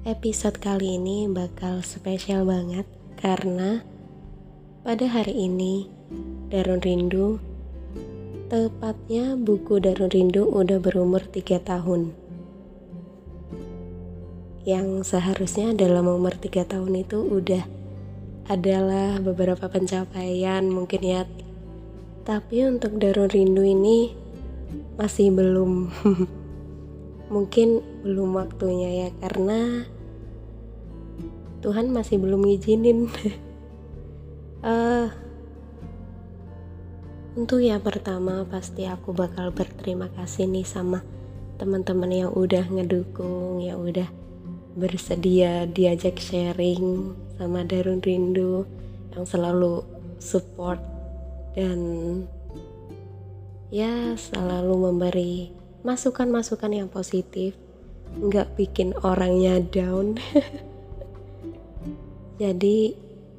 Episode kali ini bakal spesial banget karena pada hari ini Darun Rindu, tepatnya buku Darun Rindu udah berumur 3 tahun. Yang seharusnya dalam umur 3 tahun itu udah adalah beberapa pencapaian mungkin ya. Tapi untuk Darun Rindu ini masih belum. Mungkin belum waktunya ya, karena Tuhan masih belum ngizinin. Untuk yang pertama pasti aku bakal berterima kasih nih sama teman-teman yang udah ngedukung, yang udah bersedia diajak sharing sama Darun Rindu, yang selalu support dan ya selalu memberi masukan-masukan yang positif, nggak bikin orangnya down. Jadi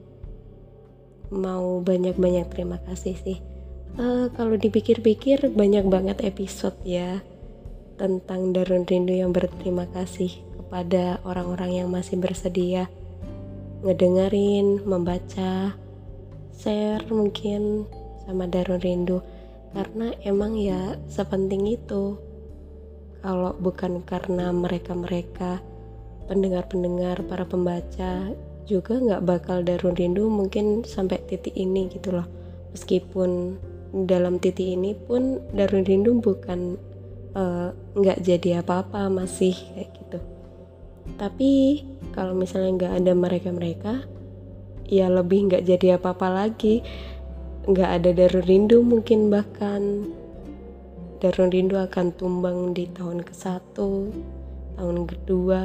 mau banyak-banyak terima kasih sih. Kalau dipikir-pikir banyak banget episode ya tentang Darun Rindu yang berterima kasih kepada orang-orang yang masih bersedia ngedengerin, membaca, share mungkin sama Darun Rindu. Karena emang ya sepenting itu. Kalau bukan karena mereka-mereka pendengar-pendengar, para pembaca, juga nggak bakal Darun Rindu mungkin sampai titik ini gitu loh. Meskipun dalam titik ini pun Darun Rindu bukan nggak jadi apa-apa, masih kayak gitu. Tapi kalau misalnya nggak ada mereka-mereka, ya lebih nggak jadi apa-apa lagi. Nggak ada Darun Rindu, mungkin bahkan Darun Rindu akan tumbang di tahun ke-1, tahun kedua.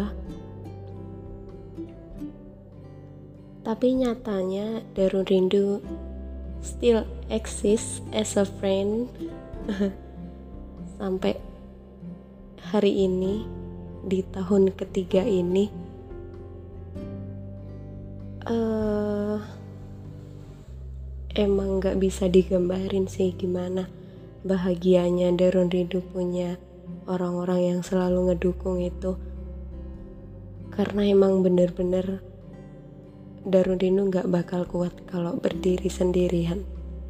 Tapi nyatanya Darun Rindu still exist as a friend sampai hari ini, di tahun ketiga ini. Emang gak bisa digambarin sih gimana bahagianya Darun Rindu punya orang-orang yang selalu ngedukung itu. Karena emang bener-bener Darun Rindu gak bakal kuat kalau berdiri sendirian.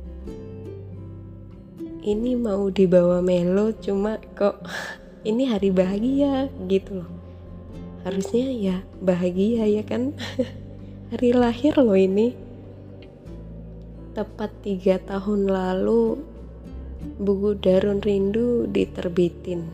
Ini mau dibawa melo, cuma kok ini hari bahagia gitu loh. Harusnya ya bahagia ya kan. Hari lahir loh ini. Tepat 3 tahun lalu buku Darun Rindu diterbitin.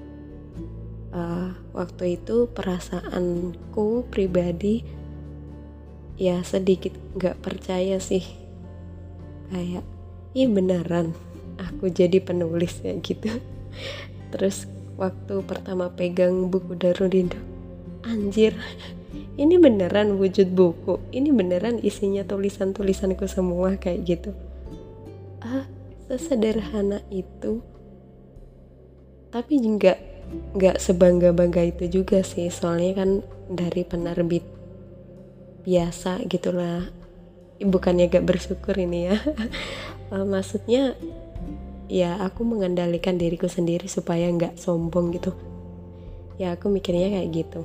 Waktu itu perasaanku pribadi ya sedikit gak percaya sih. Kayak, ih beneran aku jadi penulis ya gitu. Terus waktu pertama pegang buku Darun Rindu, anjir, ini beneran wujud buku, ini beneran isinya tulisan-tulisanku semua kayak gitu. Sesederhana itu. Tapi nggak sebangga-bangga itu juga sih, soalnya kan dari penerbit biasa gitulah. Bukannya gak bersyukur ini ya. Maksudnya ya aku mengendalikan diriku sendiri supaya nggak sombong gitu. Ya aku mikirnya kayak gitu.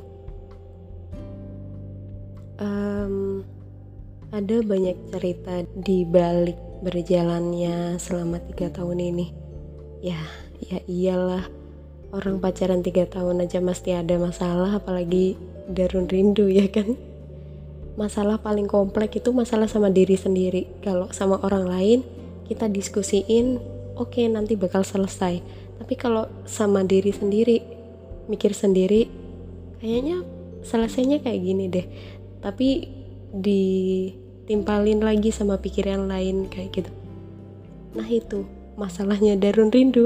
Ada banyak cerita di balik berjalannya selama 3 tahun ini. Ya iyalah, orang pacaran 3 tahun aja mesti ada masalah, apalagi Darun Rindu ya kan. Masalah paling kompleks itu masalah sama diri sendiri. Kalau sama orang lain kita diskusiin, oke, nanti bakal selesai. Tapi kalau sama diri sendiri, mikir sendiri, kayaknya selesainya kayak gini deh. Tapi ditimpalin lagi sama pikiran lain kayak gitu. Nah itu masalahnya Darun Rindu.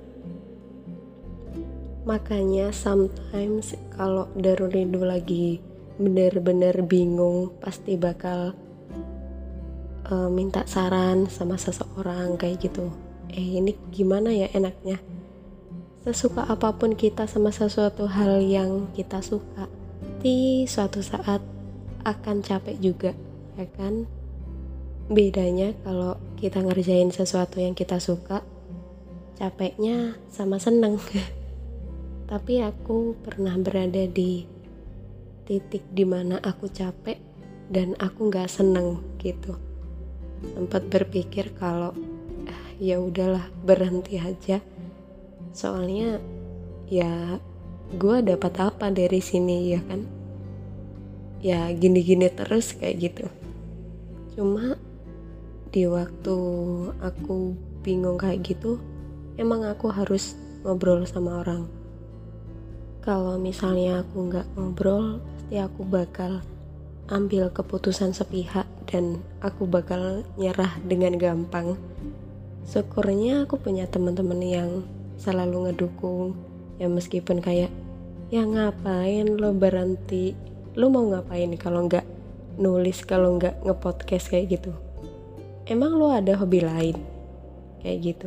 Makanya sometimes kalau Darun Rindu lagi bener-bener bingung, pasti bakal minta saran sama seseorang kayak gitu. Ini gimana ya enaknya? Sesuka apapun kita sama sesuatu hal yang kita suka, di suatu saat akan capek juga, ya kan? Bedanya kalau kita ngerjain sesuatu yang kita suka, capeknya sama seneng. Tapi aku pernah berada di titik dimana aku capek dan aku nggak seneng gitu. Sempat berpikir kalau ya udahlah berhenti aja, soalnya ya gue dapat apa dari sini ya kan, ya gini-gini terus kayak gitu. Cuma di waktu aku bingung kayak gitu, emang aku harus ngobrol sama orang. Kalau misalnya aku nggak ngobrol, pasti aku bakal ambil keputusan sepihak dan aku bakal nyerah dengan gampang. Syukurnya aku punya teman-teman yang selalu ngedukung, ya meskipun kayak, ya ngapain lo berhenti, lo mau ngapain kalau nggak nulis, kalau nggak ngepodcast kayak gitu, emang lo ada hobi lain kayak gitu.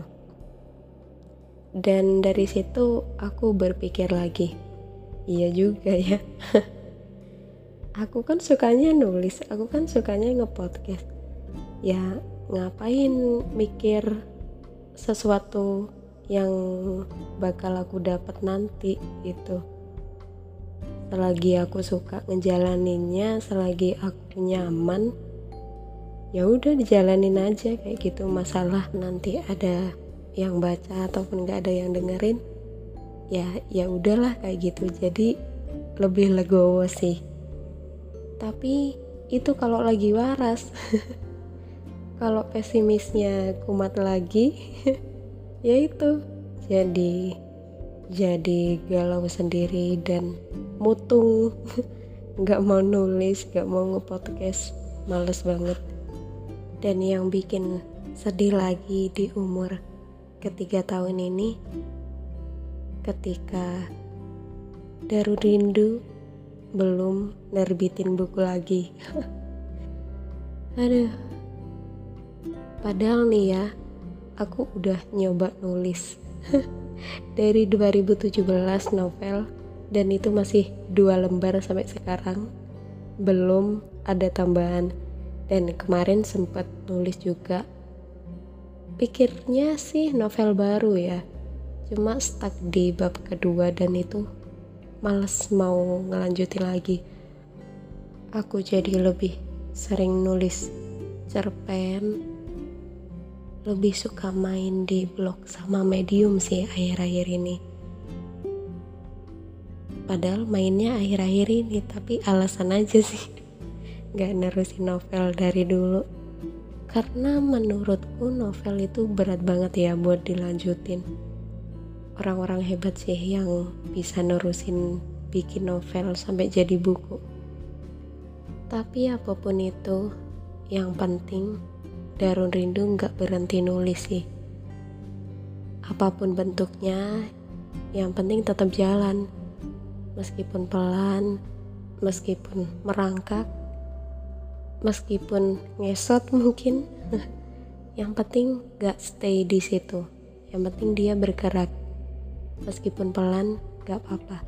Dan dari situ aku berpikir lagi, iya juga ya. Aku kan sukanya nulis, aku kan sukanya ngepodcast. Ya ngapain mikir sesuatu yang bakal aku dapat nanti gitu. Selagi aku suka ngejalaninnya, selagi aku nyaman, ya udah dijalanin aja kayak gitu. Masalah nanti ada yang baca ataupun nggak ada yang dengerin, ya udahlah kayak gitu. Jadi lebih legowo sih. Tapi itu kalau lagi waras. Kalau pesimisnya kumat lagi, ya itu jadi galau sendiri dan mutung. Nggak mau nulis, nggak mau nge-podcast, males banget. Dan yang bikin sedih lagi di umur ketiga tahun ini, ketika Darun Rindu belum nerbitin buku lagi. Aduh, padahal nih ya, aku udah nyoba nulis dari 2017 novel, dan itu masih 2 lembar sampai sekarang, belum ada tambahan. Dan kemarin sempat nulis juga, pikirnya sih novel baru ya, cuma stuck di bab kedua dan itu males mau ngelanjutin lagi. Aku jadi lebih sering nulis cerpen, lebih suka main di blog sama Medium sih akhir-akhir ini. Padahal mainnya akhir-akhir ini, tapi alasan aja sih gak nerusin novel dari dulu. Karena menurutku novel itu berat banget ya buat dilanjutin. Orang-orang hebat sih yang bisa nerusin bikin novel sampai jadi buku. Tapi apapun itu, yang penting Darun Rindu gak berhenti nulis sih. Apapun bentuknya, yang penting tetap jalan. Meskipun pelan, meskipun merangkak, meskipun ngesot mungkin, yang penting gak stay di situ. Yang penting dia bergerak. Meskipun pelan, gak apa-apa.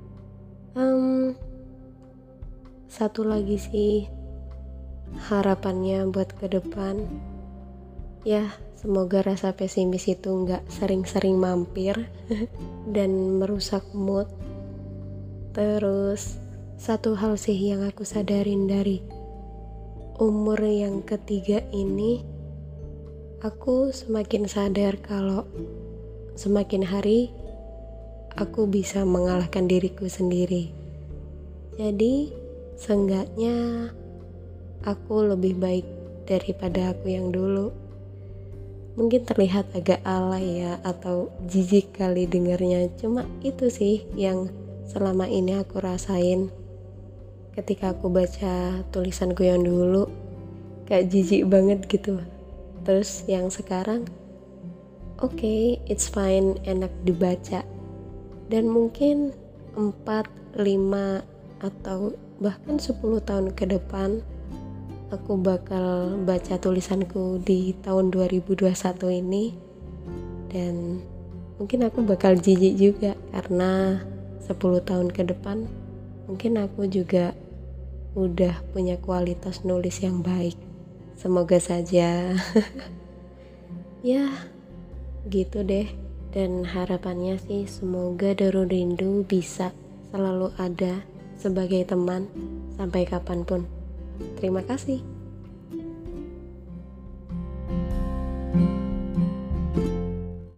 Satu lagi sih, harapannya buat ke depan, ya semoga rasa pesimis itu gak sering-sering mampir dan merusak mood. Terus satu hal sih yang aku sadarin dari umur yang ketiga ini, aku semakin sadar kalau semakin hari aku bisa mengalahkan diriku sendiri. Jadi seenggaknya aku lebih baik daripada aku yang dulu. Mungkin terlihat agak alay ya, atau jijik kali dengarnya, cuma itu sih yang selama ini aku rasain. Ketika aku baca tulisanku yang dulu, kayak jijik banget gitu. Terus yang sekarang, okay, it's fine, enak dibaca. Dan mungkin 4, 5, atau bahkan 10 tahun ke depan, aku bakal baca tulisanku di tahun 2021 ini. Dan mungkin aku bakal jijik juga, karena 10 tahun ke depan mungkin aku juga udah punya kualitas nulis yang baik. Semoga saja. Ya gitu deh. Dan harapannya sih semoga Darun Rindu bisa selalu ada sebagai teman sampai kapanpun. Terima kasih.